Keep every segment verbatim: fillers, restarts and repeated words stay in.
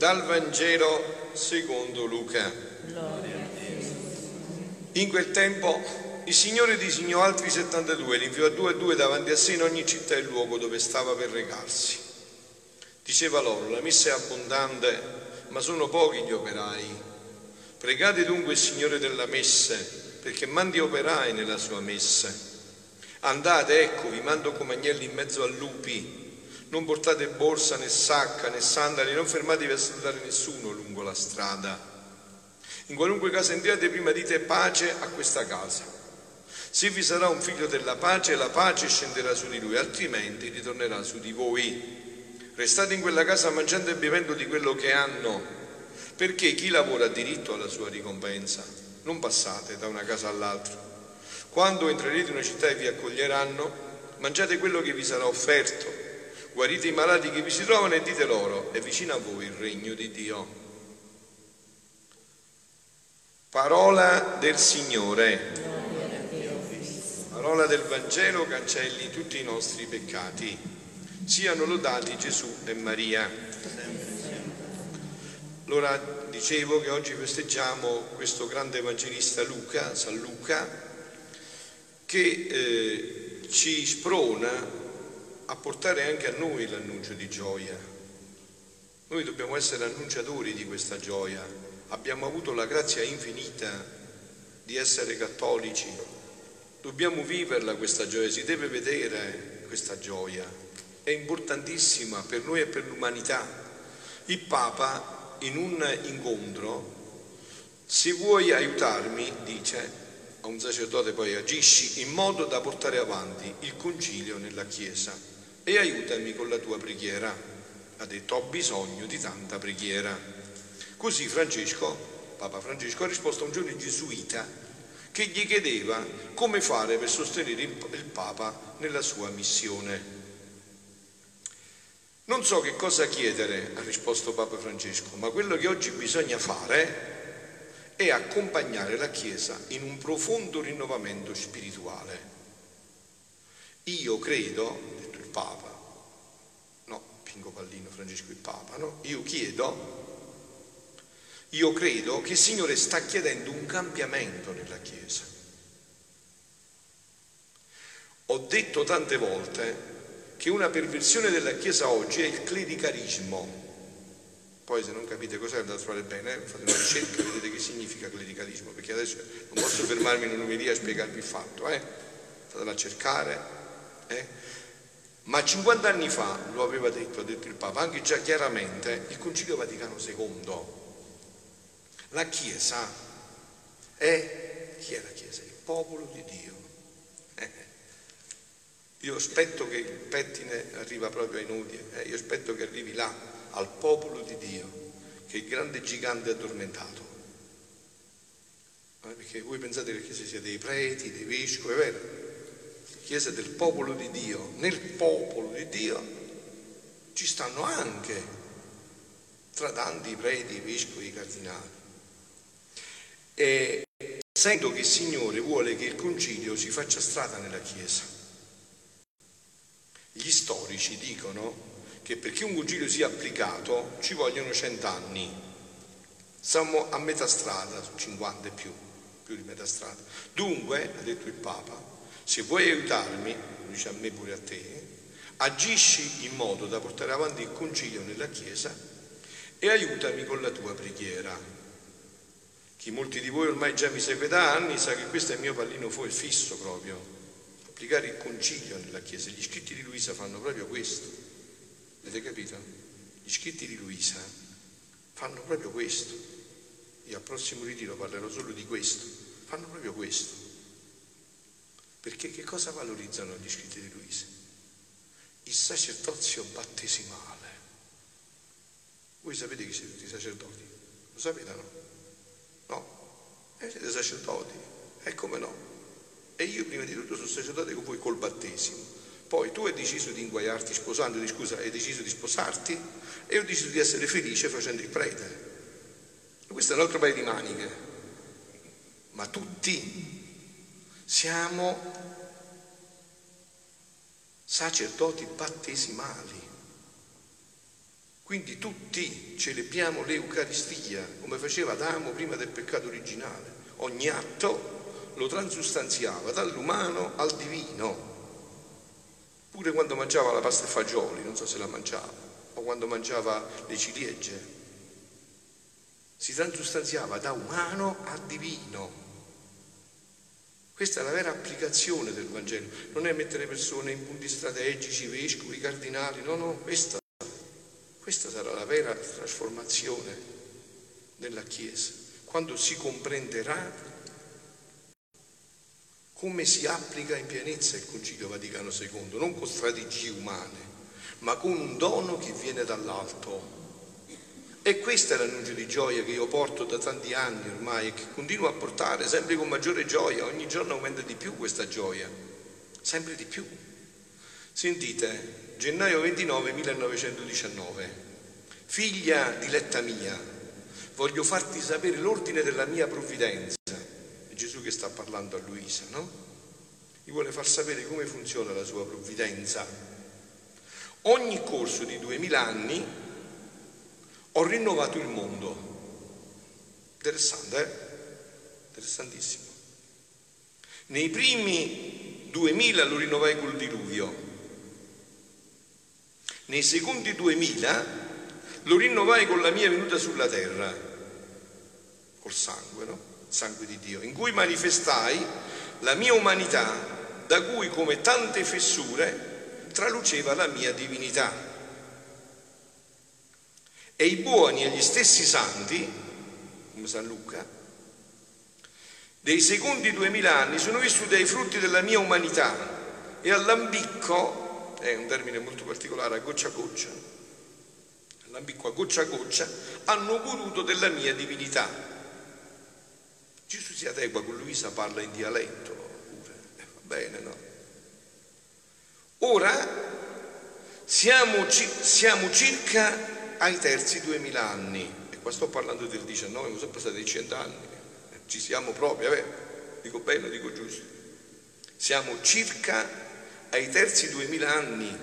Dal Vangelo secondo Luca. In quel tempo il Signore disegnò altri settantadue e li inviò a due a due davanti a sé in ogni città e luogo dove stava per recarsi. Diceva loro: la messa è abbondante, ma sono pochi gli operai. Pregate dunque il Signore della messe, perché mandi operai nella sua messe. Andate, ecco, vi mando come agnelli in mezzo a lupi. Non portate borsa, né sacca, né sandali, non fermatevi a salutare nessuno lungo la strada. In qualunque casa entriate, prima dite pace a questa casa. Se vi sarà un figlio della pace, la pace scenderà su di lui, altrimenti ritornerà su di voi. Restate in quella casa mangiando e bevendo di quello che hanno, perché chi lavora ha diritto alla sua ricompensa. Non passate da una casa all'altra. Quando entrerete in una città e vi accoglieranno, mangiate quello che vi sarà offerto, guarite i malati che vi si trovano e dite loro: è vicino a voi il regno di Dio. Parola del Signore. Parola del Vangelo cancelli tutti i nostri peccati. Siano lodati Gesù e Maria. Allora dicevo che oggi festeggiamo questo grande evangelista Luca, San Luca, che eh, ci sprona a portare anche a noi l'annuncio di gioia. Noi dobbiamo essere annunciatori di questa gioia. Abbiamo avuto la grazia infinita di essere cattolici. Dobbiamo viverla questa gioia, si deve vedere questa gioia. È importantissima per noi e per l'umanità. Il Papa in un incontro: se vuoi aiutarmi, dice a un sacerdote, poi agisci in modo da portare avanti il concilio nella Chiesa e aiutami con la tua preghiera. Ha detto: ho bisogno di tanta preghiera. Così Francesco, Papa Francesco, ha risposto a un giorno gesuita che gli chiedeva come fare per sostenere il Papa nella sua missione. Non so che cosa chiedere, ha risposto Papa Francesco, ma quello che oggi bisogna fare è accompagnare la Chiesa in un profondo rinnovamento spirituale. Io credo, ha detto il Papa, no, Pinco Pallino, Francesco il Papa, no? Io chiedo, io credo che il Signore sta chiedendo un cambiamento nella Chiesa. Ho detto tante volte che una perversione della Chiesa oggi è il clericalismo. Poi se non capite cos'è, andate a trovare bene, fate una ricerca, vedete che significa clericalismo, perché adesso non posso fermarmi in un'omelia a spiegarvi il fatto, eh? Fatela a cercare, eh? Ma cinquanta anni fa, lo aveva detto, ha detto il Papa, anche già chiaramente, il Concilio Vaticano secondo. La Chiesa è, chi è la Chiesa? Il popolo di Dio. Eh? Io aspetto che il pettine arriva proprio ai nodi, eh? Io aspetto che arrivi là, al popolo di Dio, che è il grande gigante addormentato. Eh, perché voi pensate che la Chiesa sia dei preti, dei vescovi, è vero? La Chiesa è del popolo di Dio. Nel popolo di Dio ci stanno anche tra tanti preti, vescovi, cardinali. E sento che il Signore vuole che il concilio si faccia strada nella Chiesa. Gli storici dicono che perché un concilio sia applicato ci vogliono cent'anni. Siamo a metà strada, cinquanta e più, più di metà strada. Dunque, ha detto il Papa, se vuoi aiutarmi, dice a me pure a te, agisci in modo da portare avanti il concilio nella Chiesa e aiutami con la tua preghiera. Chi molti di voi ormai già mi segue da anni sa che questo è il mio pallino fisso proprio, applicare il concilio nella Chiesa. Gli scritti di Luisa fanno proprio questo. Avete capito? Gli scritti di Luisa fanno proprio questo. Io al prossimo ritiro parlerò solo di questo. Fanno proprio questo. Perché che cosa valorizzano gli scritti di Luisa? Il sacerdozio battesimale. Voi sapete chi siete tutti i sacerdoti? Lo sapete, no? No? Eh, siete sacerdoti. E come no? E io prima di tutto sono sacerdote con voi col battesimo. Poi tu hai deciso di inguaiarti sposandoti, scusa, hai deciso di sposarti e ho deciso di essere felice facendo il prete. E questo è un altro paio di maniche. Ma tutti siamo sacerdoti battesimali. Quindi tutti celebriamo l'Eucaristia, come faceva Adamo prima del peccato originale. Ogni atto lo transustanziava dall'umano al divino. Pure quando mangiava la pasta e fagioli, non so se la mangiava, o quando mangiava le ciliegie, si transustanziava da umano a divino. Questa è la vera applicazione del Vangelo, non è mettere persone in punti strategici, vescovi, cardinali, no, no, questa, questa sarà la vera trasformazione della Chiesa, quando si comprenderà come si applica in pienezza il Concilio Vaticano secondo, non con strategie umane, ma con un dono che viene dall'alto. E questo è l'annuncio di gioia che io porto da tanti anni ormai e che continuo a portare sempre con maggiore gioia. Ogni giorno aumenta di più questa gioia, sempre di più. Sentite, gennaio ventinove millenovecentodiciannove, figlia diletta mia, voglio farti sapere l'ordine della mia provvidenza. È Gesù che sta parlando a Luisa, no? Gli vuole far sapere come funziona la sua provvidenza. Ogni corso di duemila anni ho rinnovato il mondo. Interessante, eh? Interessantissimo. Nei primi duemila lo rinnovai col diluvio. Nei secondi duemila lo rinnovai con la mia venuta sulla terra, col sangue, no? Il sangue di Dio, in cui manifestai la mia umanità, da cui come tante fessure traluceva la mia divinità. E i buoni e gli stessi santi, come San Luca, dei secondi duemila anni sono vissuti ai frutti della mia umanità e all'ambicco, è un termine molto particolare, a goccia a goccia, all'ambicco a goccia a goccia, hanno goduto della mia divinità. Gesù si adegua, con Luisa parla in dialetto pure, eh, va bene, no? Ora siamo, siamo circa ai terzi duemila anni, e qua sto parlando del diciannove, ma sono passati cent'anni, ci siamo proprio, eh? Dico bene o dico giusto? Siamo circa ai terzi duemila anni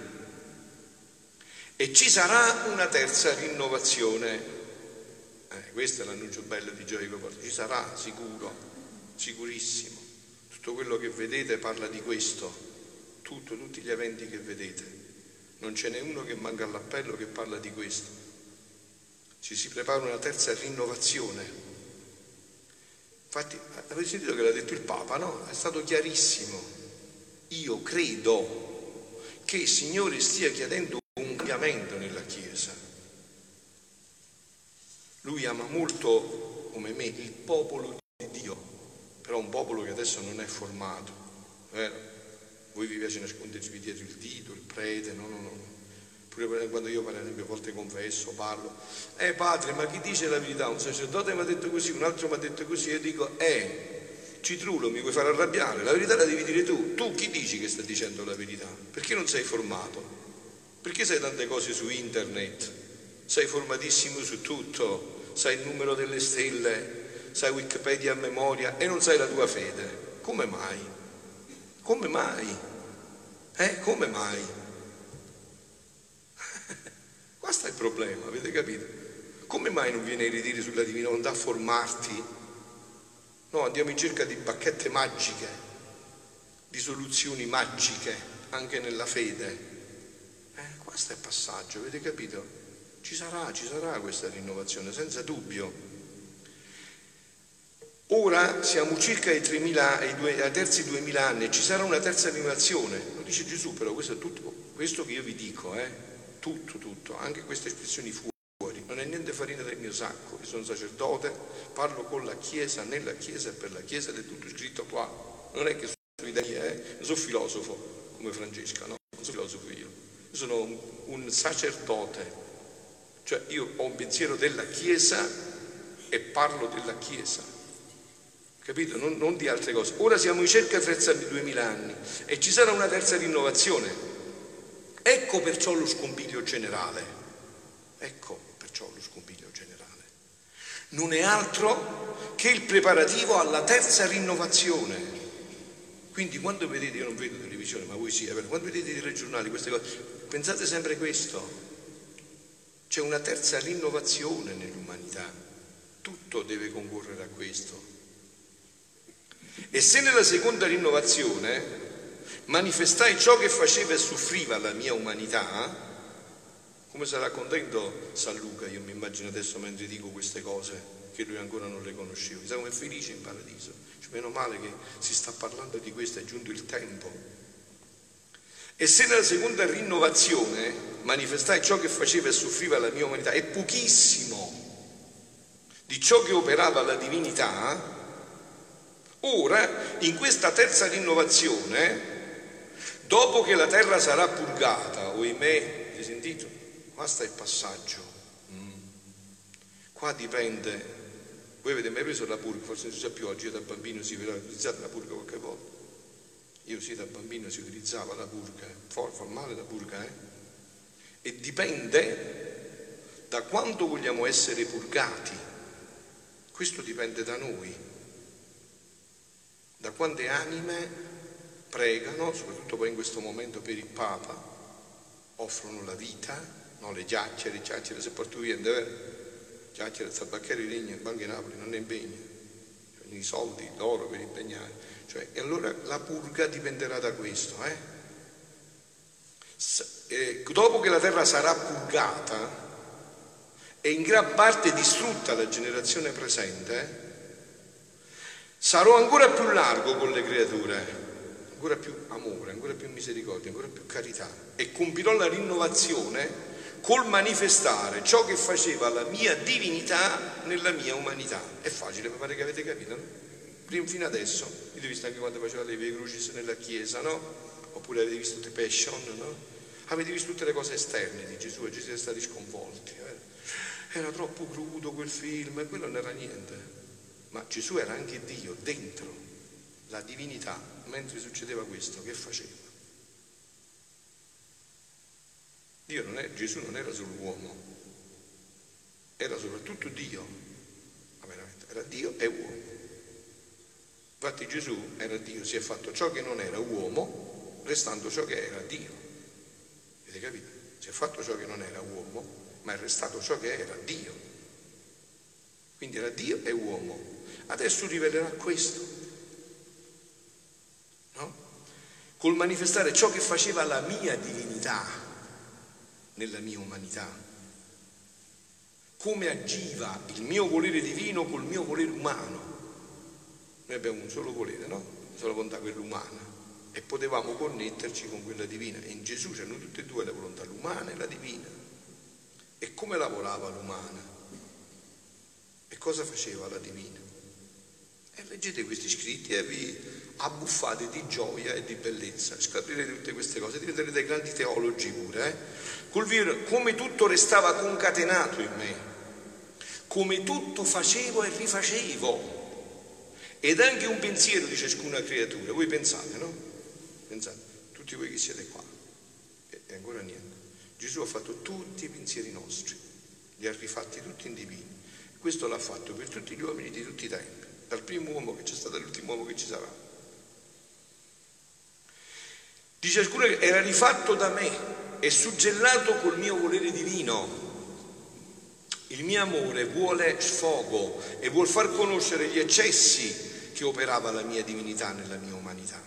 e ci sarà una terza rinnovazione. Eh, questo è l'annuncio bello di gioia che porto. Ci sarà, sicuro, sicurissimo. Tutto quello che vedete parla di questo, tutto, tutti gli eventi che vedete. Non ce n'è uno che manca all'appello che parla di questo. Ci si prepara una terza rinnovazione. Infatti, avete sentito che l'ha detto il Papa, no? È stato chiarissimo. Io credo che il Signore stia chiedendo un cambiamento nella Chiesa. Lui ama molto, come me, il popolo di Dio, però un popolo che adesso non è formato, vero? Voi vi piace nascondervi dietro il dito, il prete, no, no, no. Pure quando io, per esempio, a volte confesso, parlo, eh padre, ma chi dice la verità? Un sacerdote mi ha detto così, un altro mi ha detto così, io dico, eh, Citrulo, mi vuoi far arrabbiare? La verità la devi dire tu. Tu chi dici che sta dicendo la verità? Perché non sei formato? Perché sai tante cose su internet? Sei formatissimo su tutto, sai il numero delle stelle, sai Wikipedia a memoria e non sai la tua fede. Come mai? Come mai? Eh, come mai? Questo è il problema, avete capito? Come mai non viene a ridire sulla divina volontà a formarti? No, andiamo in cerca di bacchette magiche, di soluzioni magiche, anche nella fede. Eh, questo è il passaggio, avete capito? Ci sarà, ci sarà questa rinnovazione, senza dubbio. Ora siamo circa ai, tremila, ai, due, ai terzi duemila anni e ci sarà una terza rinnovazione. Lo dice Gesù, però questo è tutto questo che io vi dico, eh? Tutto, tutto, anche queste espressioni fuori, non è niente farina del mio sacco, io sono sacerdote, parlo con la Chiesa, nella Chiesa e per la Chiesa ed è tutto scritto qua, non è che sono idee mie, eh? Non sono filosofo come Francesca, no, non sono filosofo io, io sono un, un sacerdote, cioè io ho un pensiero della Chiesa e parlo della Chiesa, capito? Non, non di altre cose. Ora siamo in circa terza duemila anni e ci sarà una terza rinnovazione. Ecco perciò lo scompiglio generale, ecco perciò lo scompiglio generale. Non è altro che il preparativo alla terza rinnovazione. Quindi quando vedete, io non vedo televisione, ma voi sì, quando vedete i telegiornali, queste cose, pensate sempre questo. C'è una terza rinnovazione nell'umanità, tutto deve concorrere a questo. E se nella seconda rinnovazione manifestai ciò che faceva e soffriva la mia umanità, come sarà contento San Luca, io mi immagino adesso mentre dico queste cose, che lui ancora non le conosceva, chissà come è felice in paradiso, cioè, meno male che si sta parlando di questo, è giunto il tempo. E se nella seconda rinnovazione manifestai ciò che faceva e soffriva la mia umanità, è pochissimo di ciò che operava la divinità, ora in questa terza rinnovazione, dopo che la terra sarà purgata, oimè, hai sentito? Qua sta il passaggio. Mm. Qua dipende. Voi avete mai preso la purga? Forse non si sa più oggi, io da bambino si vedeva utilizzata la purga qualche volta. Io sì, da bambino si utilizzava la purga, fa, fa male la purga, eh? E dipende da quanto vogliamo essere purgati. Questo dipende da noi. Da quante anime pregano, soprattutto poi in questo momento per il Papa, offrono la vita, no, le chiacchiere, chiacchiere se porto via, vero? Chiacchiere, tabacchiere di legno, in Banca di Napoli non ne impegna, cioè, i soldi, l'oro per impegnare, cioè, e allora la purga dipenderà da questo, eh? S- eh, dopo che la terra sarà purgata e in gran parte distrutta la generazione presente, sarò ancora più largo con le creature, ancora più amore, ancora più misericordia, ancora più carità, e compirò la rinnovazione col manifestare ciò che faceva la mia divinità nella mia umanità. È facile, mi pare che avete capito, no? Prima, fino adesso, avete visto anche quando faceva le Via Crucis nella chiesa, no? Oppure avete visto The Passion, no? Avete visto tutte le cose esterne di Gesù e Gesù siete stati sconvolti. Eh? Era troppo crudo quel film, e quello non era niente. Ma Gesù era anche Dio, dentro la divinità, mentre succedeva questo, che faceva? Dio non è, Gesù non era solo uomo, era soprattutto Dio, ma veramente, era Dio e uomo. Infatti Gesù era Dio, si è fatto ciò che non era uomo, restando ciò che era Dio. Avete capito? Si è fatto ciò che non era uomo, ma è restato ciò che era Dio. Quindi era Dio e uomo. Adesso rivelerà questo, no? Col manifestare ciò che faceva la mia divinità nella mia umanità, come agiva il mio volere divino col mio volere umano. Noi abbiamo un solo volere, no? Una sola volontà, quella umana, e potevamo connetterci con quella divina, e in Gesù c'erano tutte e due la volontà, l'umana e la divina. E come lavorava l'umana? E cosa faceva la divina? E leggete questi scritti e vi abbuffate di gioia e di bellezza, scoprirete tutte queste cose, diventerete grandi teologi pure, eh? Col vero, come tutto restava concatenato in me, come tutto facevo e rifacevo, ed anche un pensiero di ciascuna creatura. Voi pensate, no? Pensate, tutti voi che siete qua, e ancora niente. Gesù ha fatto tutti i pensieri nostri, li ha rifatti tutti in divini. Questo l'ha fatto per tutti gli uomini di tutti i tempi, dal primo uomo che c'è stato all'ultimo uomo che ci sarà. Di ciascuno era rifatto da me e suggellato col mio volere divino. Il mio amore vuole sfogo e vuol far conoscere gli eccessi che operava la mia divinità nella mia umanità.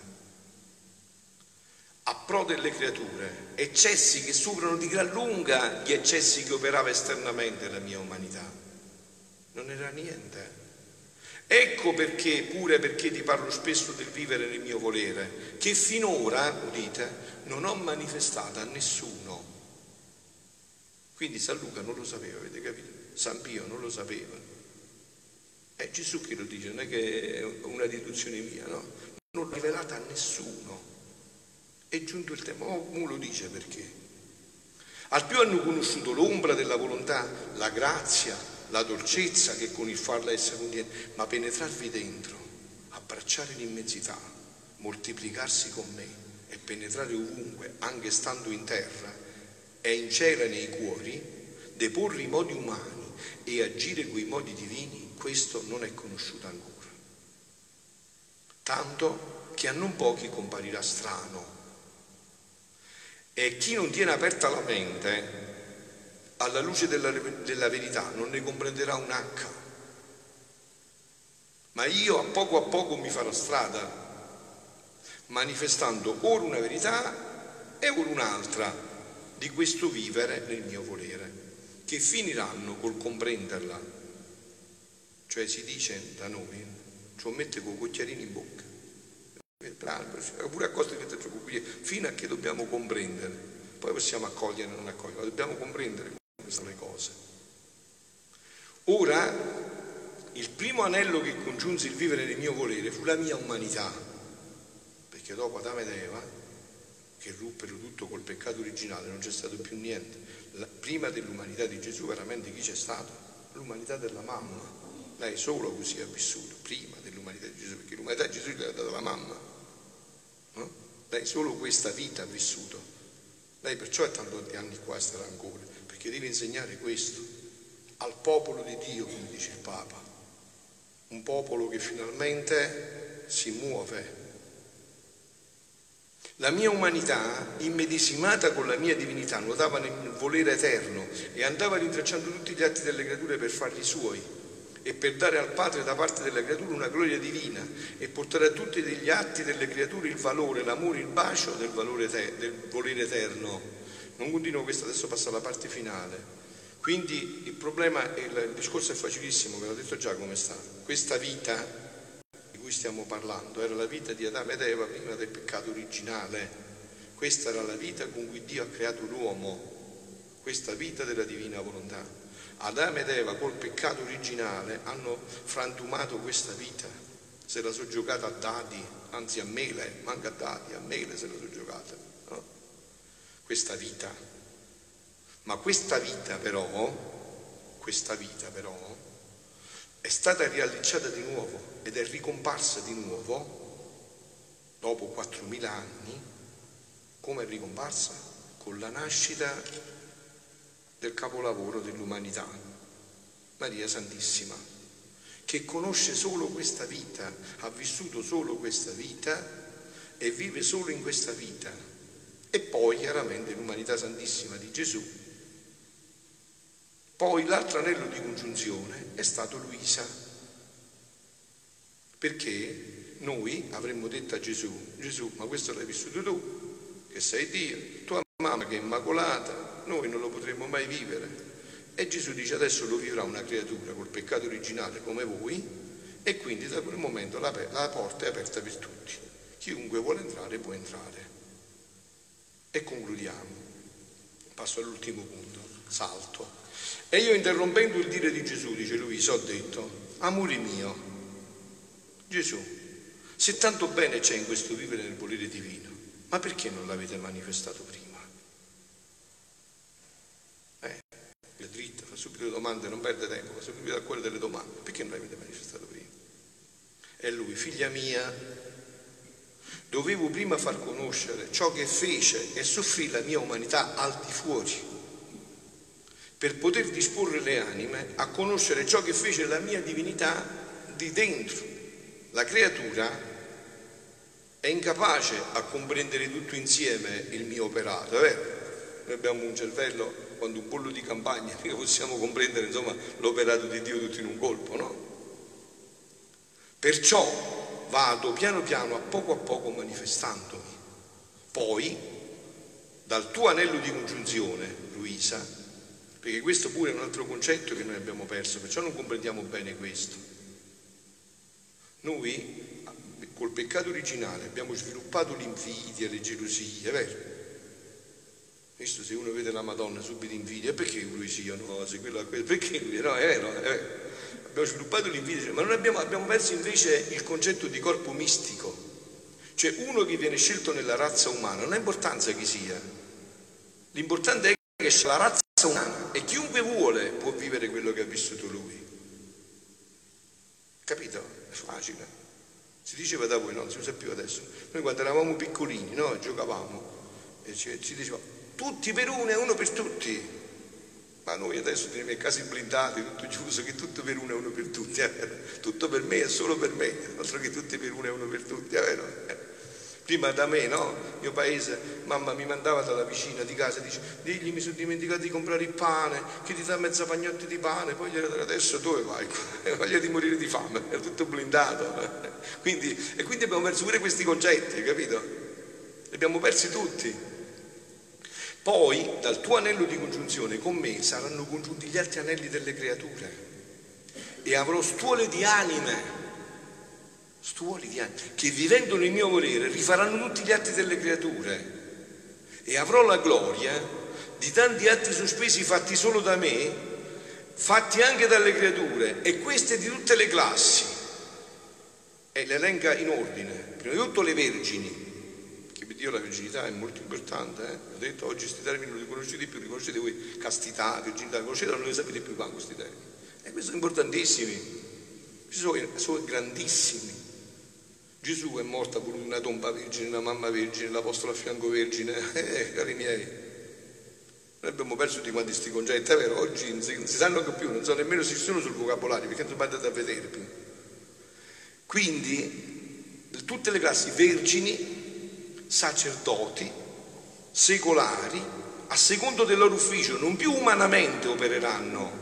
A pro delle creature, eccessi che superano di gran lunga gli eccessi che operava esternamente la mia umanità. Non era niente. Ecco perché, pure perché ti parlo spesso del vivere nel mio volere, che finora, udite, non ho manifestato a nessuno. Quindi San Luca non lo sapeva, avete capito? San Pio non lo sapeva. È Gesù che lo dice, non è che è una deduzione mia, no? Non l'ho rivelata a nessuno. È giunto il tempo, oh, lo dice perché. Al più hanno conosciuto l'ombra della volontà, la grazia, la dolcezza che con il farla essere uniente, ma penetrarvi dentro, abbracciare l'immensità, moltiplicarsi con me e penetrare ovunque, anche stando in terra e in cielo e nei cuori, deporre i modi umani e agire coi modi divini, questo non è conosciuto ancora. Tanto che a non pochi comparirà strano. E chi non tiene aperta la mente alla luce della, della verità non ne comprenderà un H, ma io a poco a poco mi farò strada, manifestando ora una verità e ora un'altra di questo vivere nel mio volere, che finiranno col comprenderla. Cioè si dice da noi, ci mette con cucchiarini in bocca, pure a costo di mettere con cucchiarini, fino a che dobbiamo comprendere, poi possiamo accogliere o non accogliere, ma dobbiamo comprendere come sono le cose. Ora, il primo anello che congiunse il vivere nel mio volere fu la mia umanità, perché dopo Adamo ed Eva, che ruppero tutto col peccato originale, non c'è stato più niente. La, prima dell'umanità di Gesù veramente chi c'è stato? L'umanità della mamma. Lei solo così ha vissuto, prima dell'umanità di Gesù, perché l'umanità di Gesù gli ha dato la mamma, no? Lei solo questa vita ha vissuto. Lei perciò è tanti anni qua e starà ancora, perché deve insegnare questo al popolo di Dio, come dice il Papa. Un popolo che finalmente si muove. La mia umanità, immedesimata con la mia divinità, nuotava nel volere eterno e andava rintracciando tutti gli atti delle creature per farli suoi e per dare al Padre da parte delle creature una gloria divina e portare a tutti degli atti delle creature il valore, l'amore, il bacio del, valore te- del volere eterno. Non continuo questo, adesso passo alla parte finale. Quindi il problema, il, il discorso è facilissimo, ve l'ho detto già come sta. Questa vita di cui stiamo parlando era la vita di Adamo ed Eva prima del peccato originale. Questa era la vita con cui Dio ha creato l'uomo, questa vita della divina volontà. Adamo ed Eva col peccato originale hanno frantumato questa vita, se la sono giocata a dadi, anzi a mele, manca a dadi, a mele se la sono giocata, no? Questa vita. Ma questa vita però, questa vita però, è stata riallacciata di nuovo ed è ricomparsa di nuovo, dopo quattromila anni. Come è ricomparsa? Con la nascita del capolavoro dell'umanità, Maria Santissima, che conosce solo questa vita, ha vissuto solo questa vita e vive solo in questa vita. E poi chiaramente l'umanità santissima di Gesù. Poi l'altro anello di congiunzione è stato Luisa, perché noi avremmo detto a Gesù: Gesù, ma questo l'hai vissuto tu, che sei Dio, tua mamma che è immacolata, noi non lo potremmo mai vivere. E Gesù dice: adesso lo vivrà una creatura col peccato originale come voi, e quindi da quel momento la, la porta è aperta per tutti, chiunque vuole entrare può entrare. E concludiamo, passo all'ultimo punto, salto. E io, interrompendo il dire di Gesù, dice Luisa, ho detto: amore mio, Gesù, se tanto bene c'è in questo vivere nel volere divino, ma perché non l'avete manifestato prima? Eh, è dritta, fa subito le domande, non perde tempo, fa subito al cuore delle domande. Perché non l'avete manifestato prima? E lui: figlia mia, dovevo prima far conoscere ciò che fece e soffrì la mia umanità al di fuori, per poter disporre le anime a conoscere ciò che fece la mia divinità di dentro. La creatura è incapace a comprendere tutto insieme il mio operato, è vero? Noi abbiamo un cervello, quando un pollo di campagna, che possiamo comprendere insomma l'operato di Dio tutto in un colpo, no? Perciò vado piano piano, a poco a poco, manifestandomi. Poi, dal tuo anello di congiunzione, Luisa, perché questo pure è un altro concetto che noi abbiamo perso, perciò non comprendiamo bene questo. Noi, col peccato originale, abbiamo sviluppato l'invidia, le gelosie, è vero? Visto, se uno vede la Madonna subito invidia, perché lui sia, no, se quella, perché lui, no, è vero, è vero. Abbiamo sviluppato l'invidia, ma non abbiamo, abbiamo perso invece il concetto di corpo mistico. Cioè uno che viene scelto nella razza umana, non ha importanza chi sia, l'importante è che c'è la razza umana e chiunque vuole può vivere quello che ha vissuto lui. Capito? È facile. Si diceva da voi, no? Non si usa più adesso. Noi quando eravamo piccolini, no? Giocavamo e ci, ci diceva tutti per uno e uno per tutti. Ma noi adesso teniamo i casi blindati, tutto chiuso, che tutto per uno e uno per tutti, è vero? Tutto per me e solo per me, altro che tutti per uno e uno per tutti, è vero? Eh. Prima da me, no? Mio paese, mamma mi mandava dalla vicina di casa, dice, digli mi sono dimenticato di comprare il pane, che ti dà mezza pagnotti di pane, poi adesso dove vai? Voglio di morire di fame, è tutto blindato. Quindi, e quindi abbiamo perso pure questi concetti, capito? Li abbiamo persi tutti. Poi dal tuo anello di congiunzione con me saranno congiunti gli altri anelli delle creature e avrò stuole di anime. Stuoli di anni, che vivendo nel mio volere rifaranno tutti gli atti delle creature e avrò la gloria di tanti atti sospesi fatti solo da me, fatti anche dalle creature, e queste di tutte le classi, e le elenca in ordine. Prima di tutto le vergini, che per Dio la virginità è molto importante, eh? Ho detto oggi questi termini non li conoscete di più, li conoscete voi, castità, virginità, li conoscete, non li sapete più qua questi termini, e questi sono importantissimi, sono, sono grandissimi. Gesù è morto, ha voluto una tomba vergine, una mamma vergine, l'apostolo a fianco vergine, eh, cari miei. Noi abbiamo perso tutti quanti questi concetti, è vero, oggi non si, non si sanno anche più, non so nemmeno se ci sono sul vocabolario, perché non andate a vedere più. Quindi, tutte le classi, vergini, sacerdoti, secolari, a secondo del loro ufficio, non più umanamente opereranno,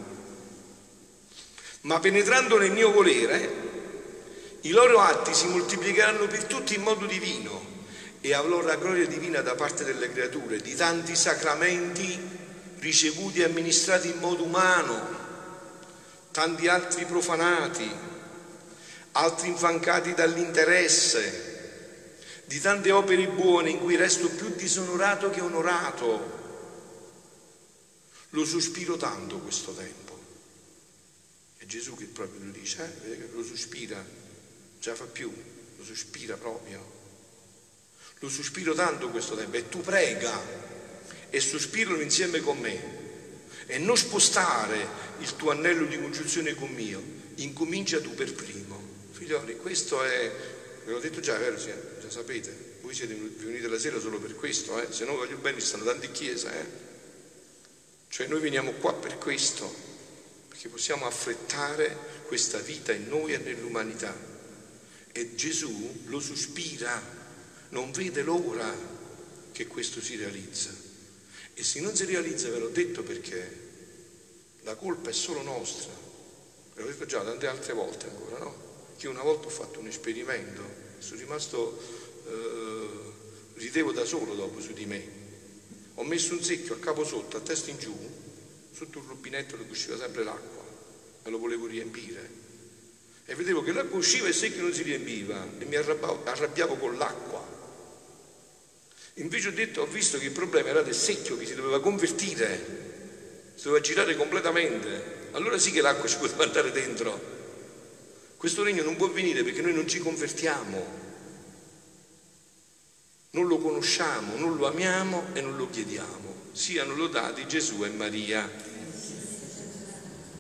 ma penetrando nel mio volere, i loro atti si moltiplicheranno per tutti in modo divino e avrò la gloria divina da parte delle creature, di tanti sacramenti ricevuti e amministrati in modo umano, tanti altri profanati, altri infancati dall'interesse, di tante opere buone in cui resto più disonorato che onorato. Lo sospiro tanto questo tempo. È Gesù che proprio lo dice, eh? Vedete che lo sospira. Già fa più, lo sospira proprio. Lo sospiro tanto questo tempo, e tu prega e sospiralo insieme con me e non spostare il tuo anello di congiunzione con mio, incomincia tu per primo. Figlioli, questo è, ve l'ho detto già, vero? Già sapete, voi siete venuti la sera solo per questo, eh? Se no voglio bene, ci stanno tante chiese, eh? Cioè noi veniamo qua per questo, perché possiamo affrettare questa vita in noi e nell'umanità. E Gesù lo sospira, non vede l'ora che questo si realizza. E se non si realizza, ve l'ho detto perché la colpa è solo nostra. Ve l'ho detto già tante altre volte ancora, no? Che una volta ho fatto un esperimento, sono rimasto, eh, ridevo da solo dopo su di me. Ho messo un secchio a capo sotto, a testa in giù, sotto un rubinetto dove usciva sempre l'acqua, e lo volevo riempire. E vedevo che l'acqua usciva e il secchio non si riempiva e mi arrabbiavo, arrabbiavo con l'acqua. Invece ho detto, ho visto che il problema era del secchio che si doveva convertire, si doveva girare completamente. Allora sì che l'acqua ci poteva andare dentro. Questo regno non può venire perché noi non ci convertiamo, non lo conosciamo, non lo amiamo e non lo chiediamo. Siano lodati Gesù e Maria.